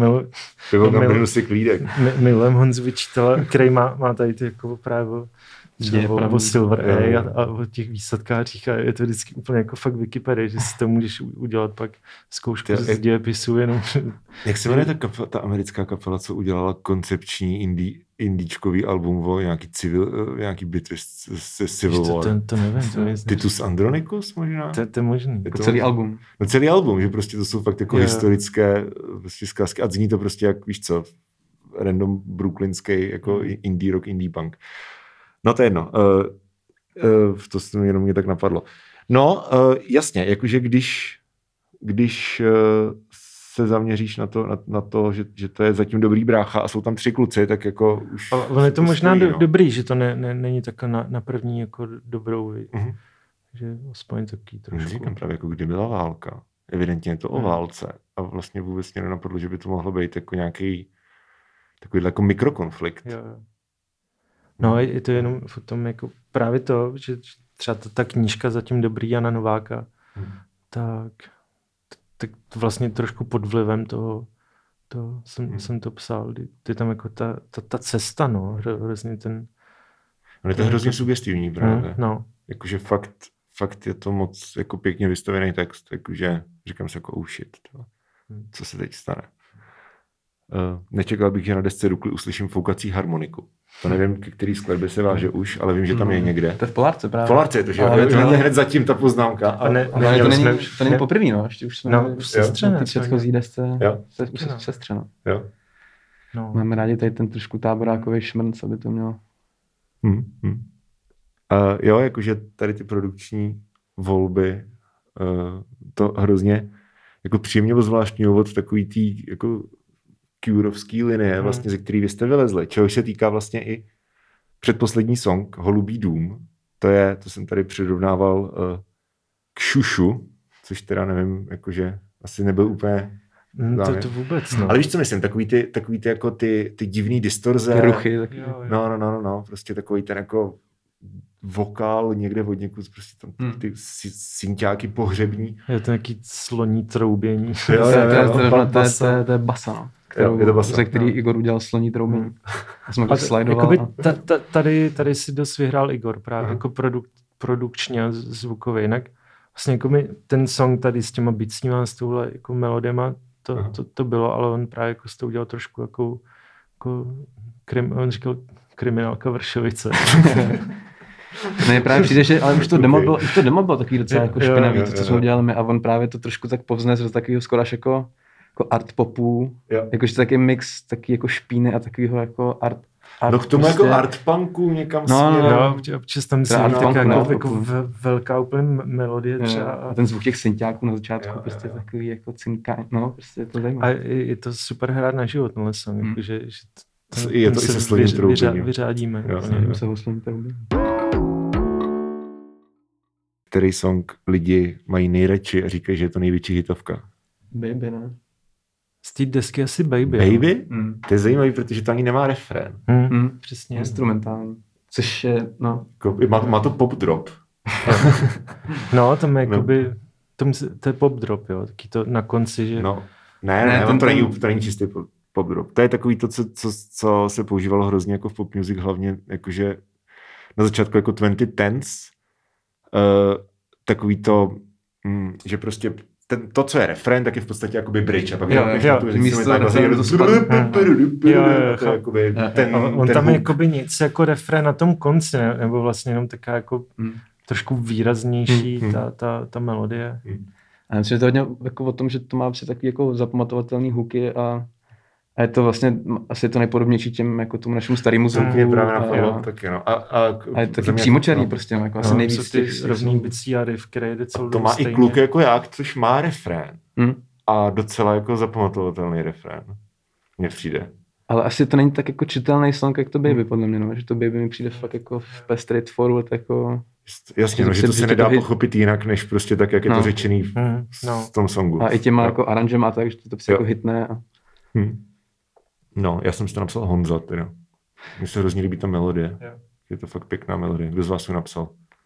milujem Honzu Vyčítala, který má tady ty jako právě o Silver A o těch výsadkářích a je to vždycky úplně jako fakt Wikipedie, že si to můžeš udělat pak zkoušku z dějepisu jenom. Jak se jmenuje ta americká kapela, co udělala koncepční indíčkový album o nějaký bitvy se Civil War? To nevím. Titus Andronicus možná? To je možný. Jako celý album. No celý album, že prostě to jsou fakt jako historické prostě zkazky a zní to prostě jak, víš co, random brooklynský jako indie rock, indie punk. No to je jedno. To se mi jenom mě tak napadlo. No, jasně, jakože když se zaměříš na to, že to je zatím dobrý brácha a jsou tam 3 kluci, tak jako už... Ale je to možná dobrý, že to není tak na první jako dobrou, že aspoň taky trošku. Říkám právě, jako kdy byla válka. Evidentně je to o válce a vlastně vůbec mě nenapadlo, že by to mohlo být jako nějaký takový jako mikrokonflikt. Jo. No, je to jenom v tom jako právě to, že třeba ta knížka Zatím dobrý Jana Nováka, tak vlastně trošku pod vlivem toho jsem to psal. Je tam jako ta cesta, no, hrozně ten... No, je to hrozně sugestivní právě. No. Jakože fakt je to moc jako pěkně vystavený text, jakože říkám si jako shit, co se teď stane. Nečekal bych, že na desce Rukly uslyším foukací harmoniku. To nevím, ke který skladbě se váže už, ale vím, že tam je někde. To je v Polárce právě. V Polárce je to, že? Hned zatím ta poznámka. Ale to není poprvý, no. Ještě už jsme na té předchozí desce. Už se sestřeno. Jo. No. Máme rádi tady ten trošku táborákový šmrnc, aby to mělo. Jo, jakože tady ty produkční volby to hrozně jako příjemně zvláštní od takový tý jako Curovský linie, vlastně, ze který vy jste vylezli, čehož se týká vlastně i předposlední song Holubý dům. To jsem tady přirovnával k Šušu, což teda nevím, jakože asi nebyl úplně to vůbec, no. Ale víš, co myslím, takový ty jako ty divný distorze. Ty ruchy. No, prostě takový ten jako vokál někde od někud, prostě tam ty synťáky pohřební. Je to nějaký sloní troubění. Jo, To je basa, no. Je to basa. Ze který Igor udělal sloní troubění. Já jsem jako slidoval. Tady si dost vyhrál Igor právě jako produkčně a zvukově. Jinak vlastně jako ten song tady s těma bicníma, s touhle jako melodiema, to bylo, ale on právě jako s to udělal trošku jako on říkal kriminálka Vršovice. Ne, právě přijde, že ale už to demo bylo takový docela jako špinavý, to, co jsme udělali my, a on právě to trošku tak povznes do takového skoro až jako art popu, jakože taky mix taky jako špíny a takového jako art no k tomu prostě... jako art punku někam směrem. Občas tam si jako velká úplně melodie třeba. A ten zvuk těch synťáků na začátku prostě takový jako cinkání, no prostě je to zajímavé. A je to super hrát na život, tenhle song, jakože je to i se sloním troubením. Vyřádíme. Se ho sloním troubením. Který song lidi mají nejradši a říkají, že je to největší hitovka? Baby, ne? Z té desky asi Baby. Baby? To je zajímavý, protože to ani nemá refrén. Přesně. Instrumentální. Což je, no. Má to pop drop. No, tam je jakoby, to je pop drop, jo. Taky to na konci, že... No. Ne, to není čistý pop drop. To je takový to, co se používalo hrozně jako v pop music, hlavně jakože na začátku jako 2010s, takový to, že prostě to, co je refrén, tak je v podstatě jakoby bridge. A pak on tam je jakoby nic jako refrén na tom konci, nebo vlastně jenom taká jako trošku výraznější ta melodie. A myslím, že to hodně jako o tom, že to má vlastně takový jako zapamatovatelný hooky a je to vlastně asi to nejpodobnější těm jako tomu našemu starému zvuku. Je právě napadlo, taky no. A je taky přímočarý prostě, jako asi nejvíc těch rovný bicí a riff, který jde celou to má stejně. I Kluk jako jak, což má refrén. A docela jako zapamatovatelný refrén. Mně přijde. Ale asi to není tak jako čitelný song, jak to Baby, podle mě, no. Že to Baby mi přijde fakt jako straightforward, jako... Jasně, no, že to se nedá pochopit jinak, než prostě tak, jak je to řečený v tom songu. A i těma jako aranžema tak, že to prostě jako hitne. A... No, já jsem si to napsal Honza, teda. Mně se hrozně líbí ta melodie. Je to fakt pěkná melodie. Kdo z vás to napsal?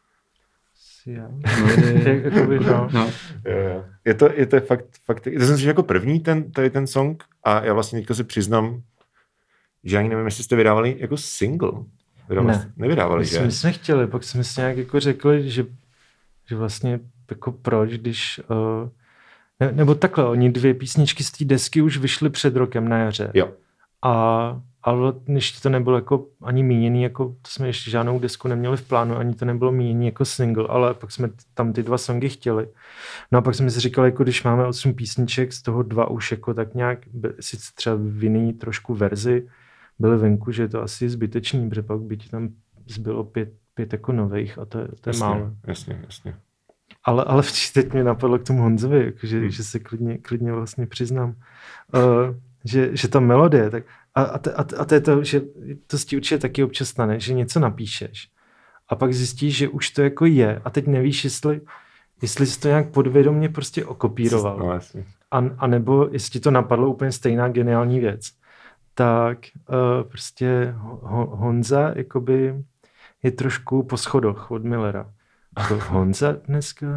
Je to fakt, to jsem si jako první ten song a já vlastně teďka se přiznám, že ani nevím, jestli jste vydávali jako single. Nevydávali, že? My jsme chtěli, pak jsme si nějak jako řekli, že vlastně jako proč, když... nebo takhle, oni 2 písničky z té desky už vyšly před rokem na jaře. Jo. Ale než to nebylo jako ani míněný, jako to jsme ještě žádnou desku neměli v plánu, ani to nebylo míněný jako single, ale pak jsme tam ty 2 songy chtěli. No a pak jsme si říkali, jako když máme 8 písniček, z toho 2 už jako tak nějak, sice třeba v jiný trošku verzi, byly venku, že je to asi zbytečný, protože pak by ti tam zbylo 5 jako nových a to je málo. Jasně. Ale teď mě napadlo k tomu Honzovi, jako, že se klidně vlastně přiznám, že ta melodie, tak a to je to, že to si určitě taky občas stane, že něco napíšeš a pak zjistíš, že už to jako je a teď nevíš, jestli jsi to nějak podvědomě prostě okopíroval. No, jasně. A nebo jestli to napadlo úplně stejná geniální věc. Tak prostě Honza jakoby je trošku po schodoch od Millera. Jako Honza dneska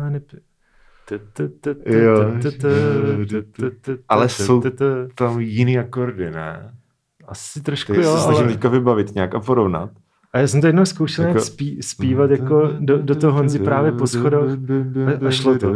ale jsou tam jiný akordy, ne? Asi trošku jo, ale... snažím teďka vybavit nějak a porovnat. A já jsem to jednou zkoušel jako... zpívat jako do toho Honzy právě po schodoch a šlo to.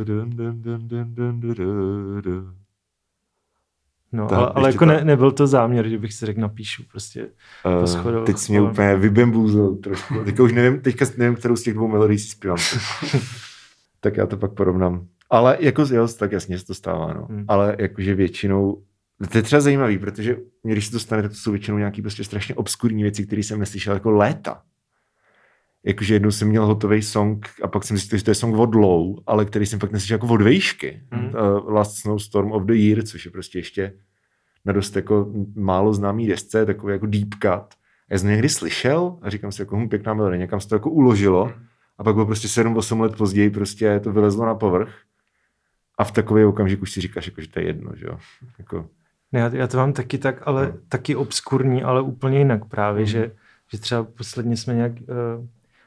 No, ale jako nebyl to záměr, že bych si řekl, napíšu prostě po schodoch. Teď jsi mě úplně vybembůzl trošku. Teďka nevím, kterou z těch 2 melodií si zpívám. Tak já to pak porovnám. Ale jako tak jasně se to stává, no. Ale jakože většinou, to je třeba zajímavý, protože když se to stane, tak to jsou většinou nějaký prostě strašně obskurní věci, které jsem neslyšel jako léta. Jakože jednou jsem měl hotový song a pak jsem zjistil, že to je song od Low, ale který jsem fakt neslyšel jako od výšky. Last Snowstorm of the Year, což je prostě ještě na dost jako málo známý desce, takový jako deep cut. Já jsem někdy slyšel a říkám si, jako pěkná melodie, někam se to jako uložilo a pak bylo prostě 7-8 let později prostě to vylezlo na povrch a v takový okamžik už si říkáš, jako, že to je jedno, že jo. Jako... Ne, já to mám taky tak, ale taky obskurní, ale úplně jinak právě, že třeba posledně jsme nějak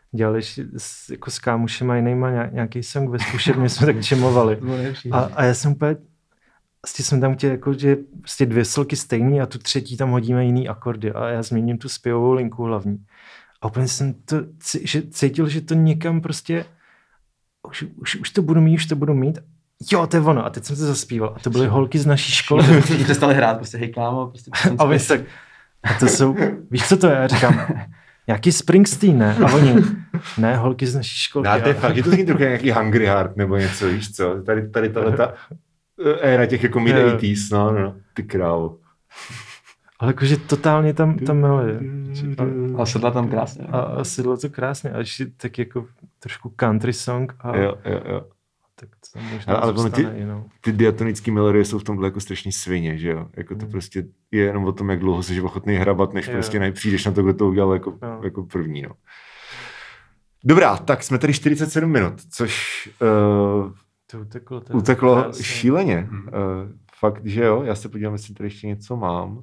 dělali jako s kámošema jinýma nějaký song ve zkušebně, jsme tak čemovali. A já jsem úplně, vlastně jsem tam chtěl, jako, že prostě 2 sloky stejný a tu třetí tam hodíme jiný akordy a já změním tu zpěvovou linku hlavní. A úplně jsem to cítil, že to někam prostě už to budu mít. Jo, to je ono. A teď jsem se zaspíval. A to byly holky z naší školy. Všichni přestali hrát, prostě hej kámo. Prostě a vy tak, a to jsou, víš co to je? Já říkám, nějaký Springsteen, ne? A oni, ne, holky z naší školky. No, to je fakt, že to zní trochu nějaký Hungry Heart nebo něco, víš co? Tady ta éra těch jako mid-80s, no, ty krávo. Ale jakože totálně tam melodie. A sedla tam krásně. A sedlo to krásně. A ještě tak jako trošku country song. A Jo. tak to možná ale zůstane, ty diatonické melodie jsou v tomhle jako strašný svině, že jo? Jako to prostě je jenom o tom, jak dlouho jsi ochotný hrabat, než prostě nepřijdeš na to, kdo to udělal jako první, no. Dobrá, tak jsme tady 47 minut, což to uteklo šíleně. Fakt, že jo? Já se podívám, jestli tady ještě něco mám.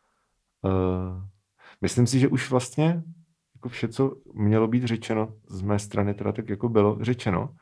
Myslím si, že už vlastně jako vše, co mělo být řečeno z mé strany, teda tak jako bylo řečeno.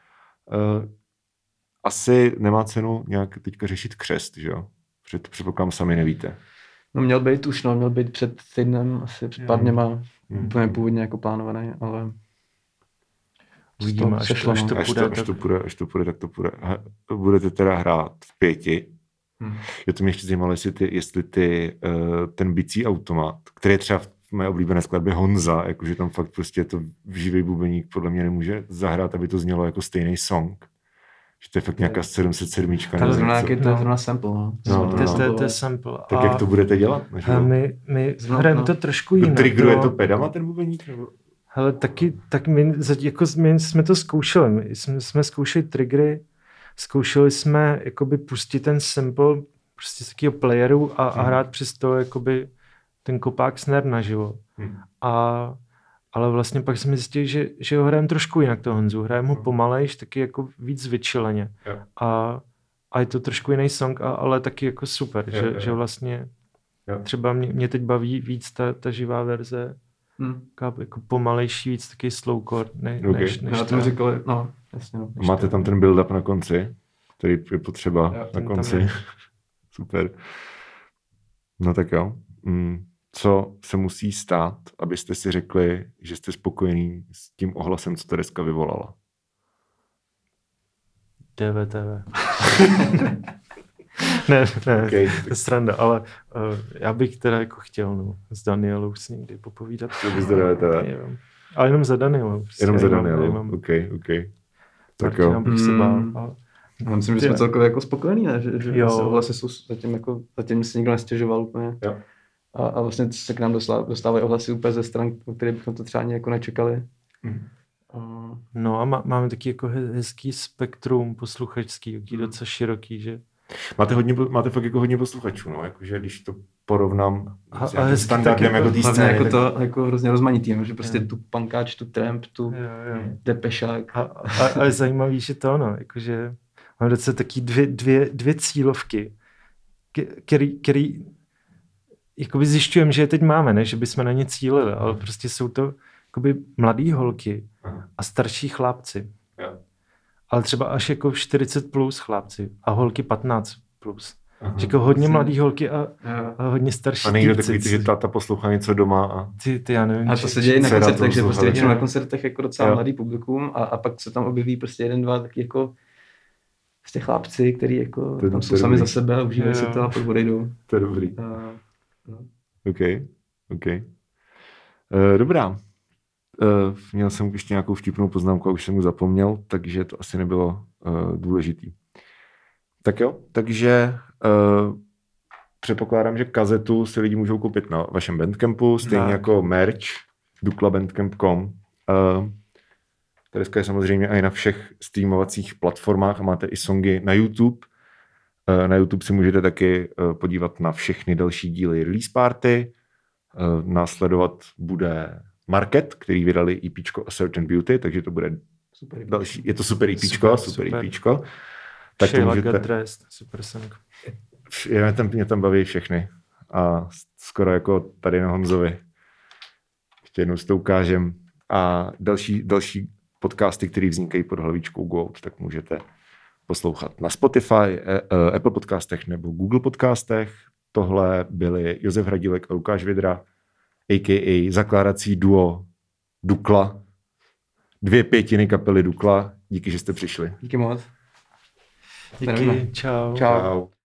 Asi nemá cenu nějak teďka řešit křest, že jo? Předpokládám, sami nevíte. No měl být před týdnem, asi před pár dněma, úplně původně jako plánovaný, ale uvidíme, až to půjde, tak to půjde. Budete teda hrát v 5. Je to mě ještě zajímalo, jestli ten bicí automat, který je třeba v mé oblíbené skladbě Honza, jakože tam fakt prostě to živý bubeník podle mě nemůže zahrát, aby to znělo jako stejný song. Že to je fakt nějaká 707. To je zrovna sample. To je sample. Tak jak to budete dělat? My hrajeme to trošku jinak. Triggeruje to pedama ten bubeník? Nebo? Hele, my jsme to zkoušeli. My jsme zkoušeli triggery, zkoušeli jsme jakoby pustit ten sample prostě z takového playeru a hrát přes to jakoby ten kopák snare naživo. Ale vlastně pak jsme zjistili, že ho hrajeme trošku jinak, toho Honzu. Hrajeme ho pomalejš, taky jako víc vyčileně. A je to trošku jiný song, ale taky jako super, že vlastně třeba mě teď baví víc ta živá verze, jako pomalejší, víc taky slowcore, než já to říkali, no, jasně. No, máte tam ten build-up na konci, který je potřeba na konci. Super. No tak jo. Co se musí stát, abyste si řekli, že jste spokojení s tím ohlasem, co to deska vyvolala? DVTV. ne, okay. To je sranda, ale já bych teda jako chtěl s Danielou si někdy popovídat. Co bys do DVTV? Ale jenom za Danielou. Jenom za Danielou, ok. Tak jo. Bych se bál. Já myslím, že jsme celkově jako spokojení, ne? Že ohlasy jsou zatím si nikdo nestěžoval úplně. Jo. A vlastně se k nám dostávají ohlasy úplně ze stran, o které bychom to třeba jako nečekali. No a máme taky jako hezký spektrum posluchačský, jaký docela široký, že? Máte fakt jako hodně posluchačů, no, jakože když to porovnám s standardem jako tý scény. Jako to jako hrozně rozmanitý, že prostě tu punkáč, tu tramp, tu depešák. A je zajímavý, že to ono, jakože máme docela taky dvě cílovky, který jakoby zjišťujeme, že je teď máme, ne? Že bychom na ně cílili, ale prostě jsou to jakoby mladý holky a starší chlapci. Ale třeba až jako 40 plus chlapci a holky 15 plus. Že jako hodně mladý holky a hodně starší. A někdo takový, že táta poslouchá něco doma. A ty já nevím. A to se děje na koncertech, že prostě většinou na koncertech jako docela mladý publikum a pak se tam objeví prostě 1-2 taky jako z těch chlapci, který jako tam jsou sami za sebe a užívají si to a pak odejdou. To je dobrý. OK. Dobrá. Měl jsem ještě nějakou vtipnou poznámku a už jsem mu zapomněl, takže to asi nebylo důležitý. Tak jo, takže předpokládám, že kazetu si lidi můžou koupit na vašem Bandcampu, stejně jako merch duklabandcamp.com. Ta deska je samozřejmě i na všech streamovacích platformách a máte i songy na YouTube. Na YouTube si můžete taky podívat na všechny další díly Release Party. Následovat bude Market, který vydali EPčko A Certain Beauty, takže to bude super další. Je to super EPčko, super EPčko. Tak to můžete... Super song. Mě tam baví všechny. A skoro jako tady na Honzovi. Ještě jednou si to ukážem. a další podcasty, které vznikají pod hlavičkou GOAT, tak můžete poslouchat na Spotify, Apple podcastech nebo Google podcastech. Tohle byli Josef Hradílek a Lukáš Vidra, a.k.a. zakládací duo Dukla. 2/5 kapely Dukla. Díky, že jste přišli. Díky moc. Díky, čau. Čau.